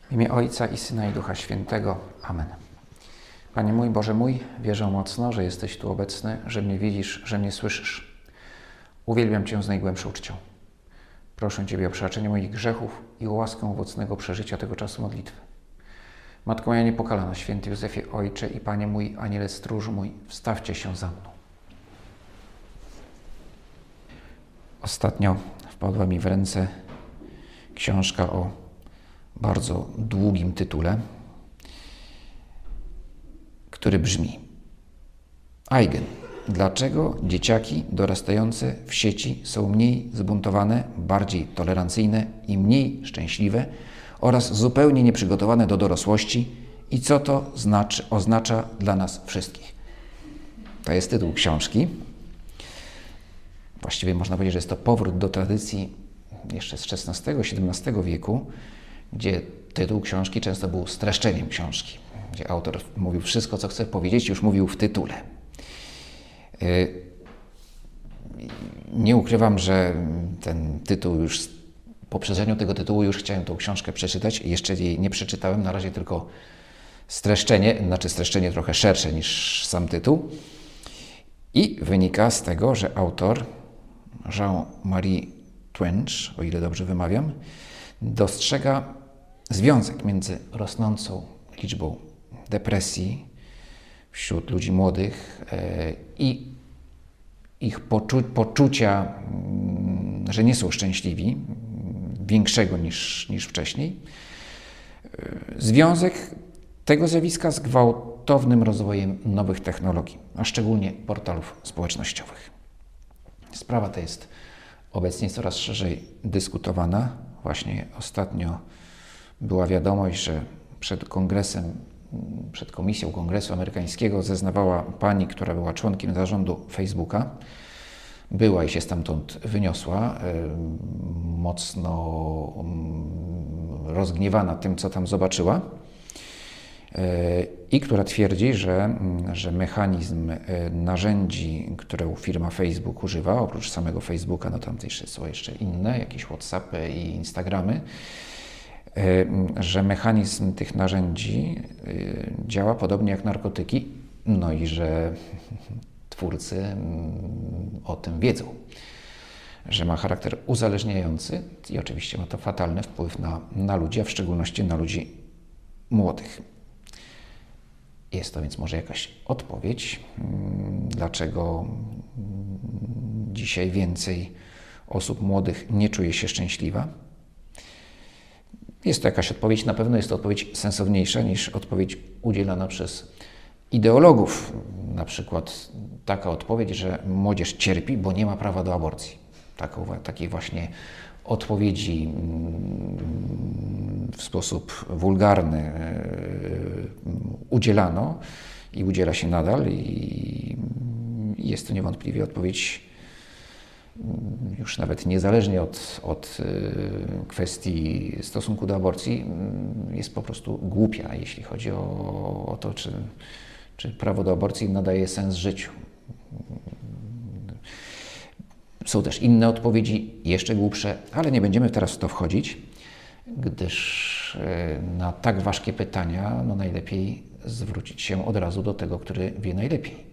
W imię Ojca i Syna i Ducha Świętego. Amen. Panie mój, Boże mój, wierzę mocno, że jesteś tu obecny, że mnie widzisz, że mnie słyszysz. Uwielbiam Cię z najgłębszą czcią. Proszę Ciebie o przebaczenie moich grzechów i o łaskę owocnego przeżycia tego czasu modlitwy. Matko moja niepokalana, święty Józefie, Ojcze i Panie mój, Aniele stróżu mój, wstawcie się za mną. Ostatnio wpadła mi w ręce książka o bardzo długim tytule, który brzmi: Eigen. Dlaczego dzieciaki dorastające w sieci są mniej zbuntowane, bardziej tolerancyjne i mniej szczęśliwe oraz zupełnie nieprzygotowane do dorosłości i co to oznacza dla nas wszystkich? To jest tytuł książki. Właściwie można powiedzieć, że jest to powrót do tradycji jeszcze z XVI-XVII wieku, gdzie tytuł książki często był streszczeniem książki, gdzie autor mówił wszystko, co chce powiedzieć, już mówił w tytule. Nie ukrywam, że ten tytuł już, po przeczytaniu tego tytułu już chciałem tą książkę przeczytać. Jeszcze jej nie przeczytałem, na razie tylko streszczenie trochę szersze niż sam tytuł. I wynika z tego, że autor Jean-Marie Twenge, o ile dobrze wymawiam, dostrzega związek między rosnącą liczbą depresji wśród ludzi młodych i ich poczucia, że nie są szczęśliwi, większego niż wcześniej. Związek tego zjawiska z gwałtownym rozwojem nowych technologii, a szczególnie portalów społecznościowych. Sprawa ta jest obecnie coraz szerzej dyskutowana. Właśnie ostatnio była wiadomość, że przed Komisją Kongresu Amerykańskiego zeznawała pani, która była członkiem zarządu Facebooka. Była i się stamtąd wyniosła, mocno rozgniewana tym, co tam zobaczyła, i która twierdzi, że mechanizm narzędzi, które firma Facebook używa, oprócz samego Facebooka, no tam też są jeszcze inne, jakieś WhatsAppy i Instagramy, że mechanizm tych narzędzi działa podobnie jak narkotyki, no i że twórcy o tym wiedzą, że ma charakter uzależniający i oczywiście ma to fatalny wpływ na ludzi, a w szczególności na ludzi młodych. Jest to więc może jakaś odpowiedź, dlaczego dzisiaj więcej osób młodych nie czuje się szczęśliwa. Jest to jakaś odpowiedź, na pewno jest to odpowiedź sensowniejsza niż odpowiedź udzielana przez ideologów. Na przykład taka odpowiedź, że młodzież cierpi, bo nie ma prawa do aborcji. Takiej właśnie odpowiedzi w sposób wulgarny udzielano i udziela się nadal, i jest to niewątpliwie odpowiedź już nawet niezależnie od kwestii stosunku do aborcji, jest po prostu głupia, jeśli chodzi o to, czy prawo do aborcji nadaje sens życiu. Są też inne odpowiedzi, jeszcze głupsze, ale nie będziemy teraz w to wchodzić, gdyż na tak ważkie pytania najlepiej zwrócić się od razu do tego, który wie najlepiej.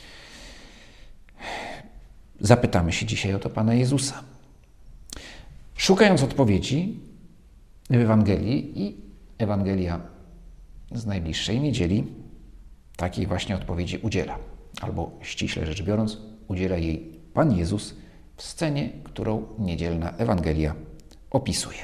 Zapytamy się dzisiaj o to Pana Jezusa. Szukając odpowiedzi w Ewangelii, i Ewangelia z najbliższej niedzieli takiej właśnie odpowiedzi udziela, albo ściśle rzecz biorąc, udziela jej Pan Jezus w scenie, którą niedzielna Ewangelia opisuje.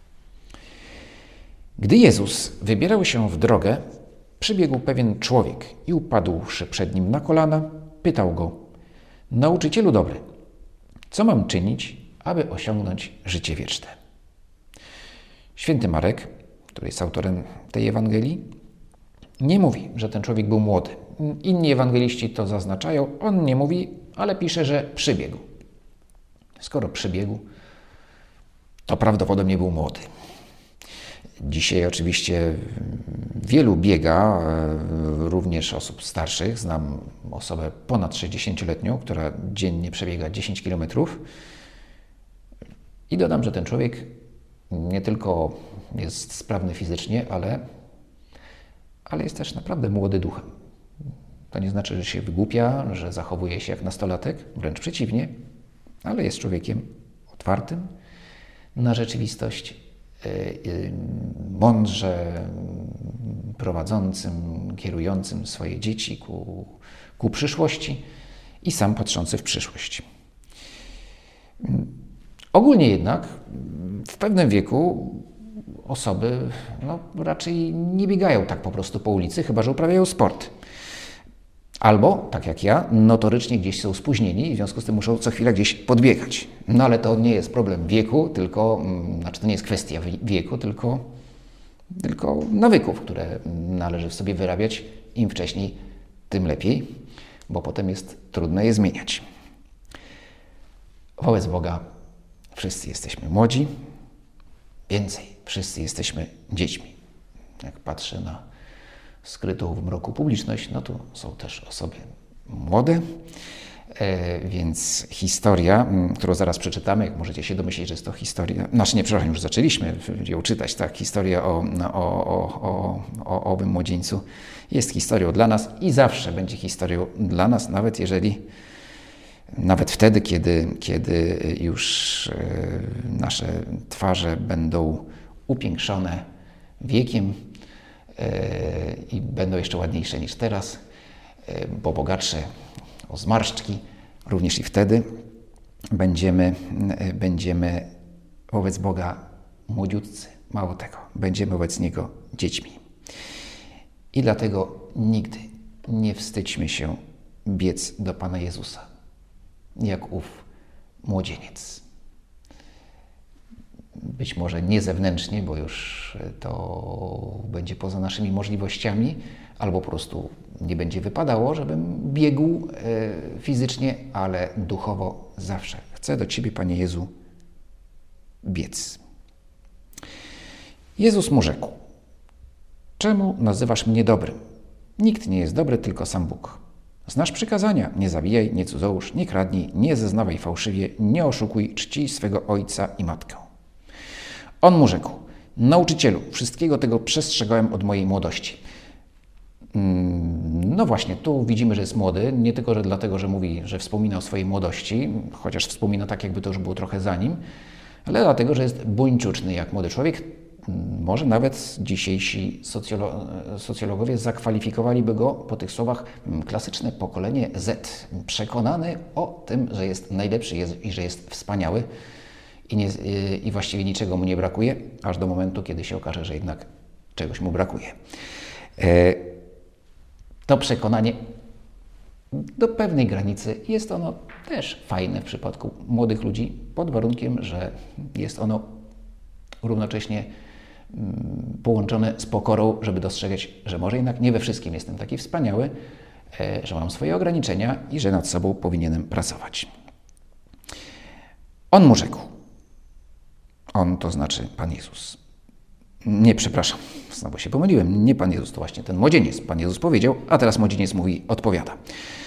Gdy Jezus wybierał się w drogę, przybiegł pewien człowiek i upadłszy przed nim na kolana, pytał go: Nauczycielu dobry, co mam czynić, aby osiągnąć życie wieczne? Święty Marek, który jest autorem tej Ewangelii, nie mówi, że ten człowiek był młody. Inni ewangeliści to zaznaczają, on nie mówi, ale pisze, że przybiegł. Skoro przybiegł, to prawdopodobnie był młody. Dzisiaj oczywiście wielu biega, również osób starszych. Znam osobę ponad 60-letnią, która dziennie przebiega 10 km. I dodam, że ten człowiek nie tylko jest sprawny fizycznie, ale jest też naprawdę młody duchem. To nie znaczy, że się wygłupia, że zachowuje się jak nastolatek, wręcz przeciwnie, ale jest człowiekiem otwartym na rzeczywistość, mądrze prowadzącym, kierującym swoje dzieci ku przyszłości i sam patrzący w przyszłość. Ogólnie jednak w pewnym wieku osoby raczej nie biegają tak po prostu po ulicy, chyba że uprawiają sport. Albo, tak jak ja, notorycznie gdzieś są spóźnieni i w związku z tym muszą co chwilę gdzieś podbiegać. No ale to nie jest problem wieku, to nie jest kwestia wieku, tylko nawyków, które należy w sobie wyrabiać. Im wcześniej, tym lepiej, bo potem jest trudno je zmieniać. Wobec Boga wszyscy jesteśmy młodzi, więcej, wszyscy jesteśmy dziećmi. Jak patrzę na skrytą w mroku publiczność, no to są też osoby młode, więc historia, którą zaraz przeczytamy, jak możecie się domyślić, że jest to historia, już zaczęliśmy ją czytać, tak, historia o owym młodzieńcu jest historią dla nas i zawsze będzie historią dla nas, nawet wtedy, kiedy już nasze twarze będą upiększone wiekiem i będą jeszcze ładniejsze niż teraz, bo bogatsze o zmarszczki, również i wtedy będziemy wobec Boga młodziutcy. Mało tego, będziemy wobec Niego dziećmi. I dlatego nigdy nie wstydźmy się biec do Pana Jezusa, jak ów młodzieniec. Być może nie zewnętrznie, bo już to będzie poza naszymi możliwościami, albo po prostu nie będzie wypadało, żebym biegł fizycznie, ale duchowo zawsze. Chcę do Ciebie, Panie Jezu, biec. Jezus mu rzekł: czemu nazywasz mnie dobrym? Nikt nie jest dobry, tylko sam Bóg. Znasz przykazania: nie zabijaj, nie cudzołóż, nie kradnij, nie zeznawaj fałszywie, nie oszukuj, czcij swego ojca i matkę. On mu rzekł: nauczycielu, wszystkiego tego przestrzegałem od mojej młodości. No właśnie, tu widzimy, że jest młody, nie tylko że dlatego, że mówi, że wspomina o swojej młodości, chociaż wspomina tak, jakby to już było trochę za nim, ale dlatego, że jest buńczuczny jak młody człowiek. Może nawet dzisiejsi socjologowie zakwalifikowaliby go po tych słowach klasyczne pokolenie Z, przekonany o tym, że jest najlepszy i że jest wspaniały i właściwie niczego mu nie brakuje, aż do momentu, kiedy się okaże, że jednak czegoś mu brakuje. To przekonanie do pewnej granicy jest ono też fajne w przypadku młodych ludzi, pod warunkiem, że jest ono równocześnie połączone z pokorą, żeby dostrzegać, że może jednak nie we wszystkim jestem taki wspaniały, że mam swoje ograniczenia i że nad sobą powinienem pracować. On mu rzekł, on to znaczy Pan Jezus. Nie, przepraszam, znowu się pomyliłem, nie Pan Jezus, to właśnie ten młodzieniec. Pan Jezus powiedział, a teraz młodzieniec odpowiada.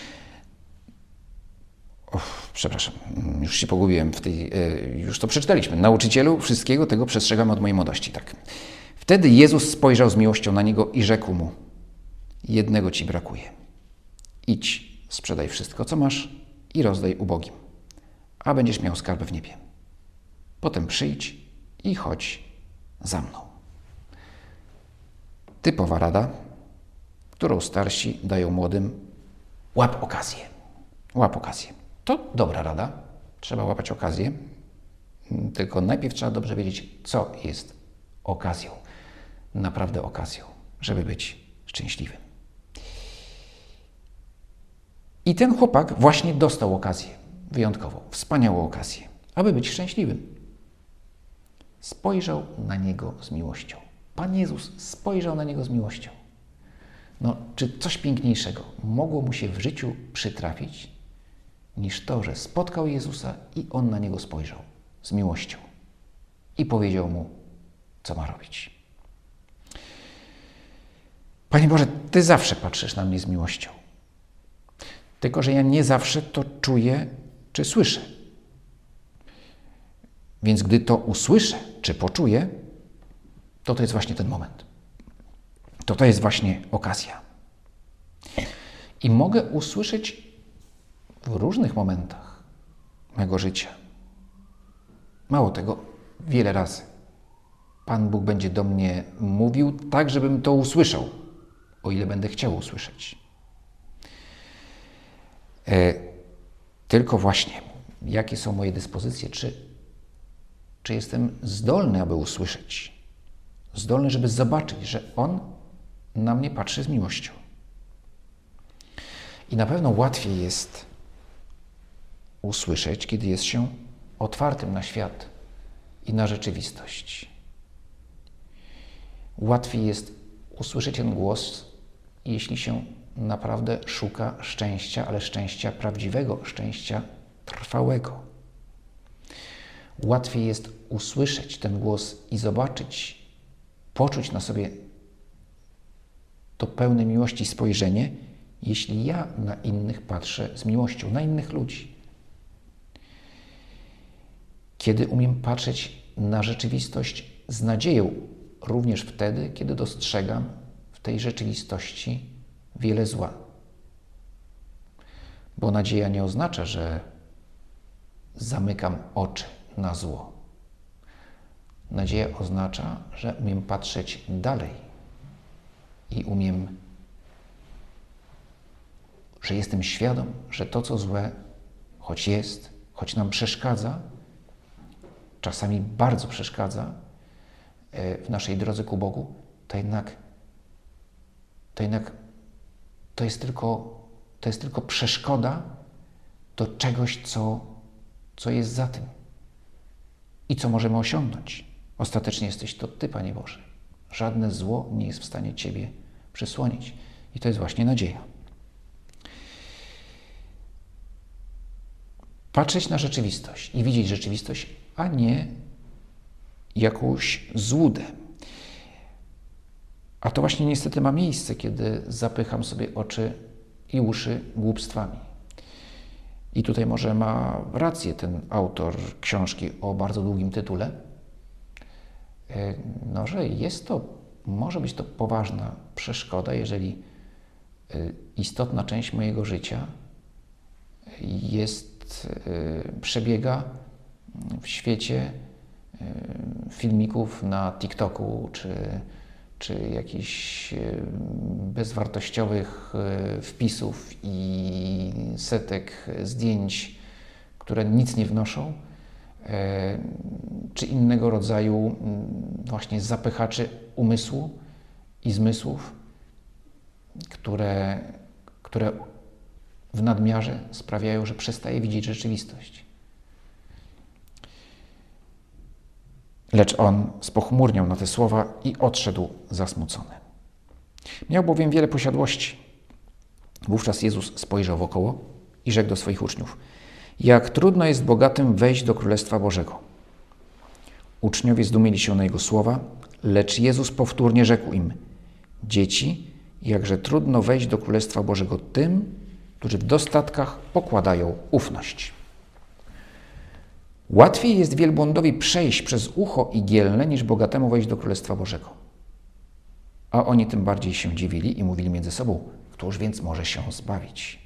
Przepraszam, już się pogubiłem już to przeczytaliśmy. Nauczycielu, wszystkiego tego przestrzegam od mojej młodości. Tak. Wtedy Jezus spojrzał z miłością na niego i rzekł mu: jednego ci brakuje. Idź, sprzedaj wszystko, co masz i rozdaj ubogim, a będziesz miał skarb w niebie. Potem przyjdź i chodź za mną. Typowa rada, którą starsi dają młodym: łap okazję. Łap okazję. To dobra rada, trzeba łapać okazję, tylko najpierw trzeba dobrze wiedzieć, co jest okazją, naprawdę okazją, żeby być szczęśliwym. I ten chłopak właśnie dostał okazję, wyjątkową, wspaniałą okazję, aby być szczęśliwym. Spojrzał na niego z miłością. Pan Jezus spojrzał na niego z miłością. No, czy coś piękniejszego mogło mu się w życiu przytrafić, niż to, że spotkał Jezusa i On na niego spojrzał z miłością i powiedział mu, co ma robić. Panie Boże, Ty zawsze patrzysz na mnie z miłością. Tylko że ja nie zawsze to czuję czy słyszę. Więc gdy to usłyszę, czy poczuję, to jest właśnie ten moment. To jest właśnie okazja. I mogę usłyszeć w różnych momentach mego życia. Mało tego, wiele razy Pan Bóg będzie do mnie mówił tak, żebym to usłyszał, o ile będę chciał usłyszeć. Tylko właśnie, jakie są moje dyspozycje, czy jestem zdolny, aby usłyszeć, zdolny, żeby zobaczyć, że On na mnie patrzy z miłością. I na pewno łatwiej jest usłyszeć, kiedy jest się otwartym na świat i na rzeczywistość. Łatwiej jest usłyszeć ten głos, jeśli się naprawdę szuka szczęścia, ale szczęścia prawdziwego, szczęścia trwałego. Łatwiej jest usłyszeć ten głos i zobaczyć, poczuć na sobie to pełne miłości spojrzenie, jeśli ja na innych patrzę z miłością, na innych ludzi. Kiedy umiem patrzeć na rzeczywistość z nadzieją, również wtedy, kiedy dostrzegam w tej rzeczywistości wiele zła. Bo nadzieja nie oznacza, że zamykam oczy na zło. Nadzieja oznacza, że umiem patrzeć dalej i że jestem świadom, że to, co złe, choć nam przeszkadza, czasami bardzo przeszkadza w naszej drodze ku Bogu, to jednak to jest tylko przeszkoda do czegoś, co jest za tym i co możemy osiągnąć. Ostatecznie jesteś to Ty, Panie Boże. Żadne zło nie jest w stanie Ciebie przysłonić. I to jest właśnie nadzieja. Patrzeć na rzeczywistość i widzieć rzeczywistość, a nie jakąś złudę. A to właśnie niestety ma miejsce, kiedy zapycham sobie oczy i uszy głupstwami. I tutaj może ma rację ten autor książki o bardzo długim tytule, że może być to poważna przeszkoda, jeżeli istotna część mojego życia przebiega w świecie filmików na TikToku, czy jakichś bezwartościowych wpisów i setek zdjęć, które nic nie wnoszą, czy innego rodzaju właśnie zapychaczy umysłu i zmysłów, które w nadmiarze sprawiają, że przestaję widzieć rzeczywistość. Lecz on spochmurniał na te słowa i odszedł zasmucony. Miał bowiem wiele posiadłości. Wówczas Jezus spojrzał wokoło i rzekł do swoich uczniów: jak trudno jest bogatym wejść do Królestwa Bożego. Uczniowie zdumieli się na Jego słowa, lecz Jezus powtórnie rzekł im: dzieci, jakże trudno wejść do Królestwa Bożego tym, którzy w dostatkach pokładają ufność. Łatwiej jest wielbłądowi przejść przez ucho igielne, niż bogatemu wejść do Królestwa Bożego. A oni tym bardziej się dziwili i mówili między sobą: któż więc może się zbawić?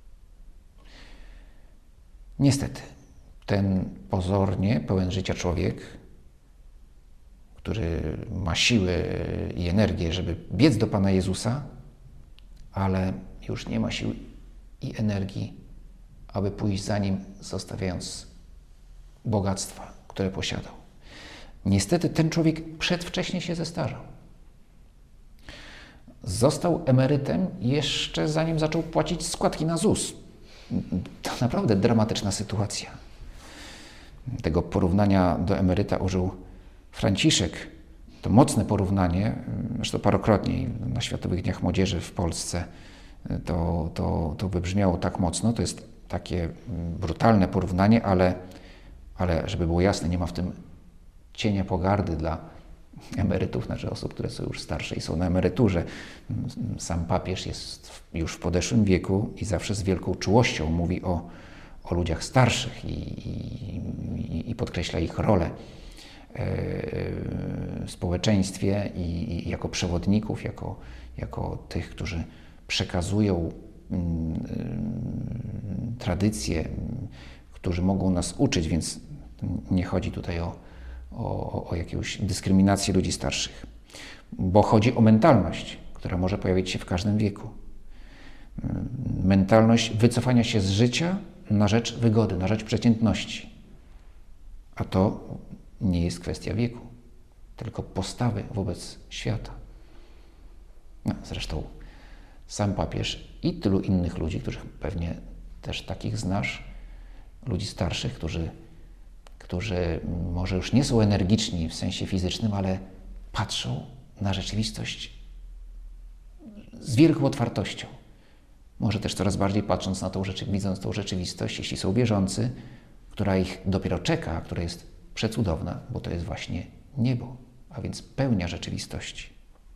Niestety, ten pozornie pełen życia człowiek, który ma siły i energię, żeby biec do Pana Jezusa, ale już nie ma sił i energii, aby pójść za Nim, zostawiając bogactwa, które posiadał. Niestety ten człowiek przedwcześnie się zestarzał. Został emerytem jeszcze zanim zaczął płacić składki na ZUS. To naprawdę dramatyczna sytuacja. Tego porównania do emeryta użył Franciszek. To mocne porównanie, zresztą parokrotnie na Światowych Dniach Młodzieży w Polsce to wybrzmiało tak mocno. To jest takie brutalne porównanie, ale żeby było jasne, nie ma w tym cienia pogardy dla emerytów, znaczy osób, które są już starsze i są na emeryturze. Sam papież jest już w podeszłym wieku i zawsze z wielką czułością mówi o o ludziach starszych i podkreśla ich rolę w społeczeństwie i jako przewodników, jako tych, którzy przekazują tradycje, którzy mogą nas uczyć, więc nie chodzi tutaj o jakąś dyskryminację ludzi starszych, bo chodzi o mentalność, która może pojawić się w każdym wieku. Mentalność wycofania się z życia na rzecz wygody, na rzecz przeciętności. A to nie jest kwestia wieku, tylko postawy wobec świata. No, zresztą sam papież i tylu innych ludzi, których pewnie też takich znasz, ludzi starszych, którzy może już nie są energiczni w sensie fizycznym, ale patrzą na rzeczywistość z wielką otwartością. Może też coraz bardziej patrząc na widząc tą rzeczywistość, jeśli są wierzący, która ich dopiero czeka, która jest przecudowna, bo to jest właśnie niebo, a więc pełnia rzeczywistości.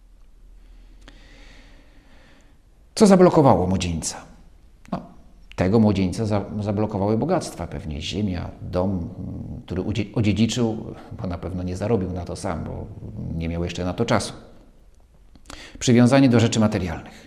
Co zablokowało młodzieńca? No, tego młodzieńca zablokowały bogactwa, pewnie ziemia, dom, który odziedziczył, bo na pewno nie zarobił na to sam, bo nie miał jeszcze na to czasu. Przywiązanie do rzeczy materialnych.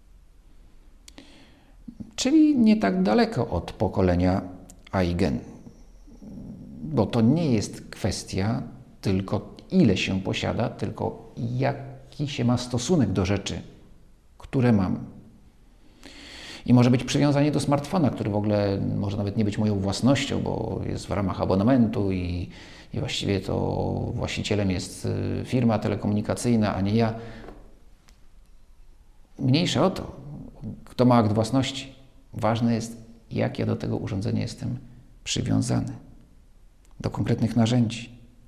Czyli nie tak daleko od pokolenia Aigen. Bo to nie jest kwestia tylko ile się posiada, tylko jaki się ma stosunek do rzeczy, które mam. I może być przywiązanie do smartfona, który w ogóle może nawet nie być moją własnością, bo jest w ramach abonamentu i właściwie to właścicielem jest firma telekomunikacyjna, a nie ja. Mniejsza o to, kto ma akt własności. Ważne jest, jak ja do tego urządzenia jestem przywiązany. Do konkretnych narzędzi.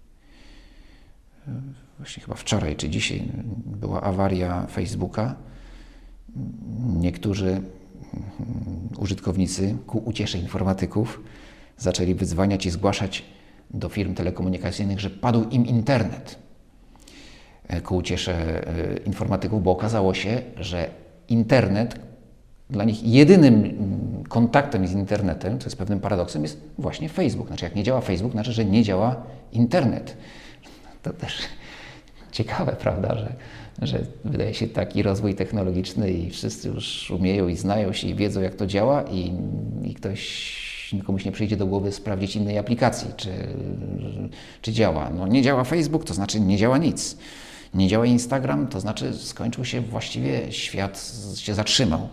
Właśnie chyba wczoraj czy dzisiaj była awaria Facebooka. Niektórzy użytkownicy ku uciesze informatyków zaczęli wyzwaniać i zgłaszać do firm telekomunikacyjnych, że padł im internet. Ku uciesze informatyków, bo okazało się, że internet dla nich jedynym kontaktem z internetem, co jest pewnym paradoksem, jest właśnie Facebook. Znaczy, jak nie działa Facebook, znaczy, że nie działa internet. To też ciekawe, prawda, że wydaje się taki rozwój technologiczny i wszyscy już umieją i znają się i wiedzą, jak to działa i komuś nie przyjdzie do głowy sprawdzić innej aplikacji, czy działa. No nie działa Facebook, to znaczy nie działa nic. Nie działa Instagram, to znaczy skończył się właściwie, świat się zatrzymał.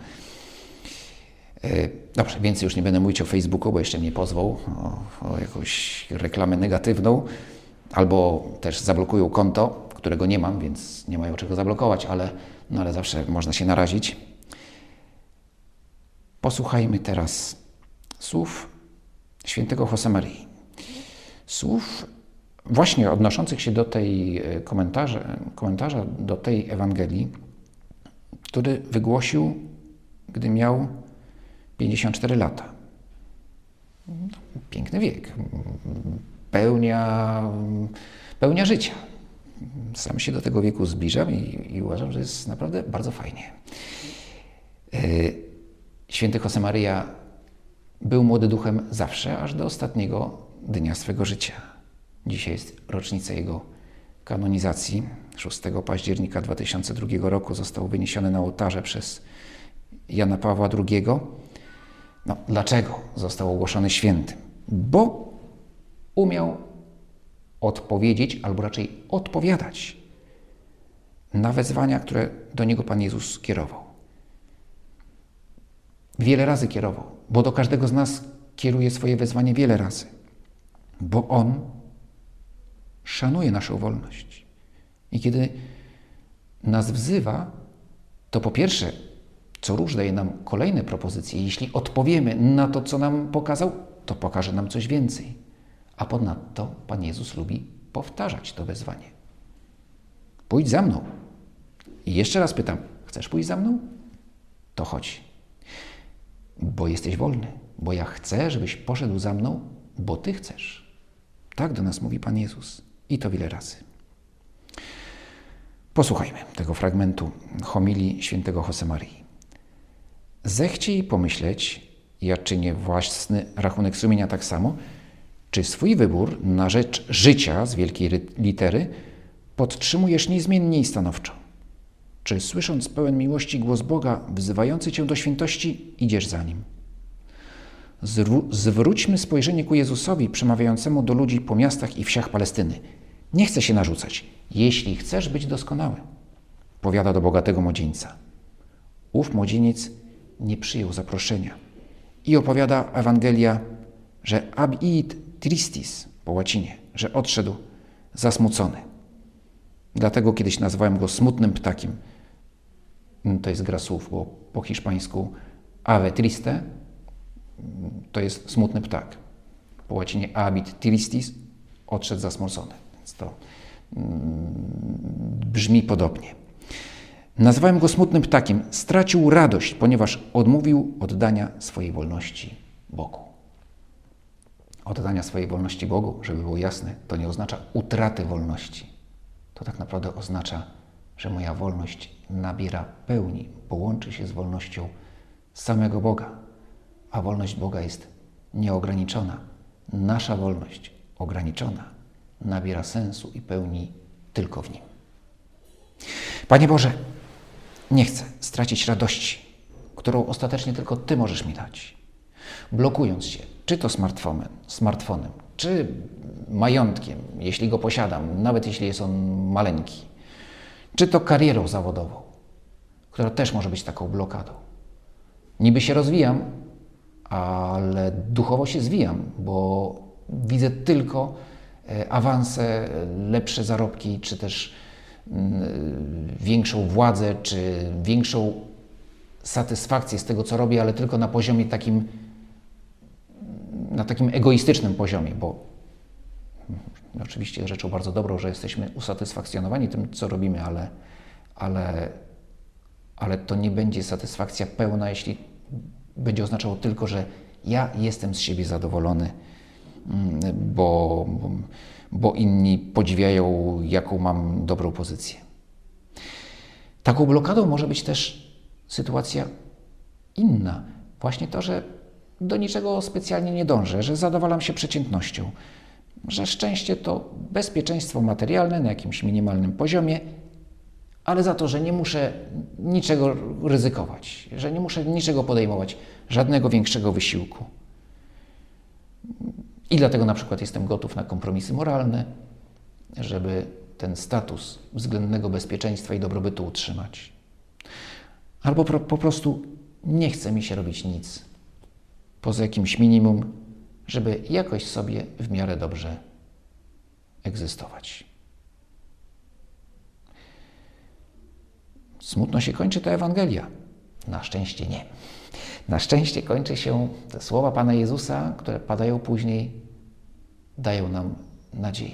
Dobrze, więcej już nie będę mówić o Facebooku, bo jeszcze mnie pozwą o jakąś reklamę negatywną, albo też zablokują konto, którego nie mam, więc nie mają czego zablokować, ale zawsze można się narazić. Posłuchajmy teraz słów świętego Josemarii. Słów właśnie odnoszących się do tej komentarza do tej Ewangelii, który wygłosił, gdy miał 54 lata. Piękny wiek. Pełnia życia. Sam się do tego wieku zbliżam i uważam, że jest naprawdę bardzo fajnie. Święty Josemaria był młody duchem zawsze, aż do ostatniego dnia swego życia. Dzisiaj jest rocznica jego kanonizacji. 6 października 2002 roku został wyniesiony na ołtarze przez Jana Pawła II. No, dlaczego został ogłoszony świętym? Bo umiał odpowiedzieć, albo raczej odpowiadać na wezwania, które do niego Pan Jezus kierował. Wiele razy kierował, bo do każdego z nas kieruje swoje wezwanie wiele razy. Bo On szanuje naszą wolność. I kiedy nas wzywa, to po pierwsze, co róż daje nam kolejne propozycje. Jeśli odpowiemy na to, co nam pokazał, to pokaże nam coś więcej. A ponadto Pan Jezus lubi powtarzać to wezwanie. Pójdź za mną. I jeszcze raz pytam, chcesz pójść za mną? To chodź. Bo jesteś wolny. Bo ja chcę, żebyś poszedł za mną, bo Ty chcesz. Tak do nas mówi Pan Jezus. I to wiele razy. Posłuchajmy tego fragmentu homilii świętego Josemarii. Zechciej pomyśleć, Ja czynię własny rachunek sumienia tak samo. Czy swój wybór na rzecz życia z wielkiej litery podtrzymujesz niezmiennie i stanowczo? Czy słysząc pełen miłości głos Boga wzywający Cię do świętości, idziesz za Nim? Zwróćmy spojrzenie ku Jezusowi przemawiającemu do ludzi po miastach i wsiach Palestyny. Nie chcę się narzucać. Jeśli chcesz być doskonały, powiada do bogatego młodzieńca. Ów młodzieniec nie przyjął zaproszenia i opowiada Ewangelia, że abit tristis po łacinie, że odszedł zasmucony. Dlatego kiedyś nazwałem go smutnym ptakiem. To jest gra słów, bo po hiszpańsku ave triste to jest smutny ptak. Po łacinie abit tristis odszedł zasmucony. Więc to brzmi podobnie. Nazwałem go smutnym ptakiem. Stracił radość, ponieważ odmówił oddania swojej wolności Bogu. Oddania swojej wolności Bogu, żeby było jasne, to nie oznacza utraty wolności. To tak naprawdę oznacza, że moja wolność nabiera pełni, bo łączy się z wolnością samego Boga. A wolność Boga jest nieograniczona. Nasza wolność ograniczona nabiera sensu i pełni tylko w Nim. Panie Boże, nie chcę stracić radości, którą ostatecznie tylko Ty możesz mi dać. Blokując się, czy to smartfonem, czy majątkiem, jeśli go posiadam, nawet jeśli jest on maleńki, czy to karierą zawodową, która też może być taką blokadą. Niby się rozwijam, ale duchowo się zwijam, bo widzę tylko awanse, lepsze zarobki, czy też większą władzę, czy większą satysfakcję z tego, co robię, ale tylko na poziomie takim, na takim egoistycznym poziomie, bo oczywiście rzeczą bardzo dobrą, że jesteśmy usatysfakcjonowani tym, co robimy, ale to nie będzie satysfakcja pełna, jeśli będzie oznaczało tylko, że ja jestem z siebie zadowolony, bo inni podziwiają, jaką mam dobrą pozycję. Taką blokadą może być też sytuacja inna. Właśnie to, że do niczego specjalnie nie dążę, że zadowalam się przeciętnością, że szczęście to bezpieczeństwo materialne na jakimś minimalnym poziomie, ale za to, że nie muszę niczego ryzykować, że nie muszę niczego podejmować, żadnego większego wysiłku. I dlatego na przykład jestem gotów na kompromisy moralne, żeby ten status względnego bezpieczeństwa i dobrobytu utrzymać. Albo po prostu nie chce mi się robić nic poza jakimś minimum, żeby jakoś sobie w miarę dobrze egzystować. Smutno się kończy ta Ewangelia. Na szczęście nie. Na szczęście kończy się te słowa Pana Jezusa, które padają później, dają nam nadzieję.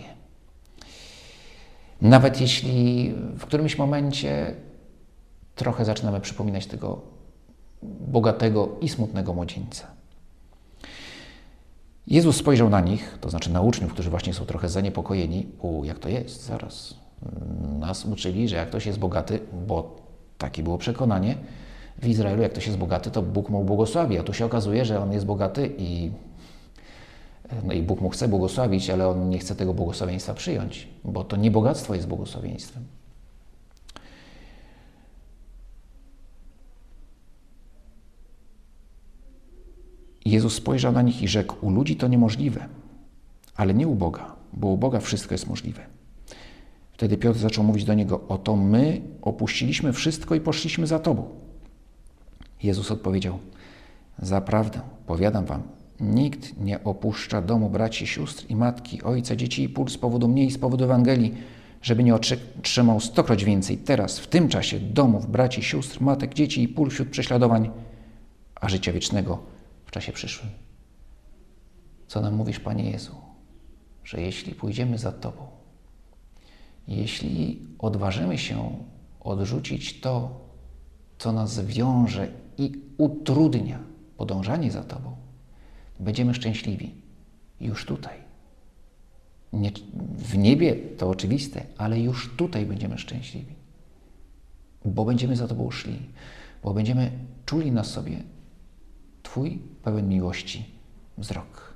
Nawet jeśli w którymś momencie trochę zaczynamy przypominać tego bogatego i smutnego młodzieńca. Jezus spojrzał na nich, to znaczy na uczniów, którzy właśnie są trochę zaniepokojeni. Jak to jest? Zaraz. Nas uczyli, że jak ktoś jest bogaty, bo takie było przekonanie w Izraelu, jak ktoś jest bogaty, to Bóg mu błogosławi. A tu się okazuje, że on jest bogaty i Bóg mu chce błogosławić, ale on nie chce tego błogosławieństwa przyjąć, bo to nie bogactwo jest błogosławieństwem. Jezus spojrzał na nich i rzekł: u ludzi to niemożliwe, ale nie u Boga, bo u Boga wszystko jest możliwe. Wtedy Piotr zaczął mówić do niego: oto my opuściliśmy wszystko i poszliśmy za Tobą. Jezus odpowiedział: zaprawdę, powiadam wam, nikt nie opuszcza domu braci, sióstr i matki, ojca, dzieci i pól z powodu mnie i z powodu Ewangelii, żeby nie otrzymał 100-kroć więcej teraz, w tym czasie, domów, braci, sióstr, matek, dzieci i pól wśród prześladowań, a życia wiecznego w czasie przyszłym. Co nam mówisz, Panie Jezu? Że jeśli pójdziemy za Tobą, jeśli odważymy się odrzucić to, co nas wiąże i utrudnia podążanie za Tobą, będziemy szczęśliwi już tutaj. Nie, w niebie to oczywiste, ale już tutaj będziemy szczęśliwi, bo będziemy za Tobą szli, bo będziemy czuli na sobie Twój pełen miłości wzrok.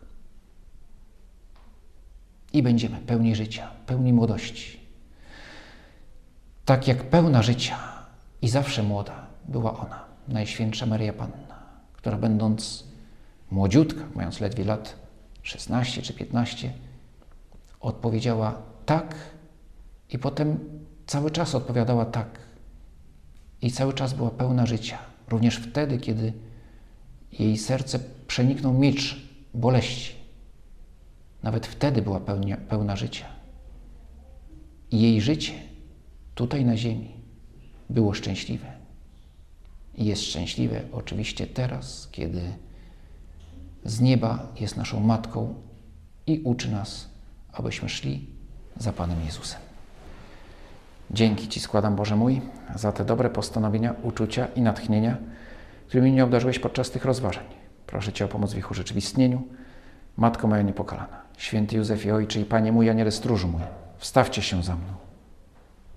I będziemy pełni życia, pełni młodości. Tak jak pełna życia i zawsze młoda była ona, Najświętsza Maryja Panna, która będąc młodziutka, mając ledwie lat 16 czy 15, odpowiedziała tak i potem cały czas odpowiadała tak. I cały czas była pełna życia. Również wtedy, kiedy jej serce przeniknął miecz boleści. Nawet wtedy była pełna życia. I jej życie tutaj na ziemi było szczęśliwe. I jest szczęśliwe oczywiście teraz, kiedy z nieba jest naszą Matką i uczy nas, abyśmy szli za Panem Jezusem. Dzięki Ci składam, Boże mój, za te dobre postanowienia, uczucia i natchnienia, którymi mnie obdarzyłeś podczas tych rozważań. Proszę Cię o pomoc w ich urzeczywistnieniu. Matko moja niepokalana, święty Józefie Ojcze i Panie mój, Aniele stróżu mój, wstawcie się za mną.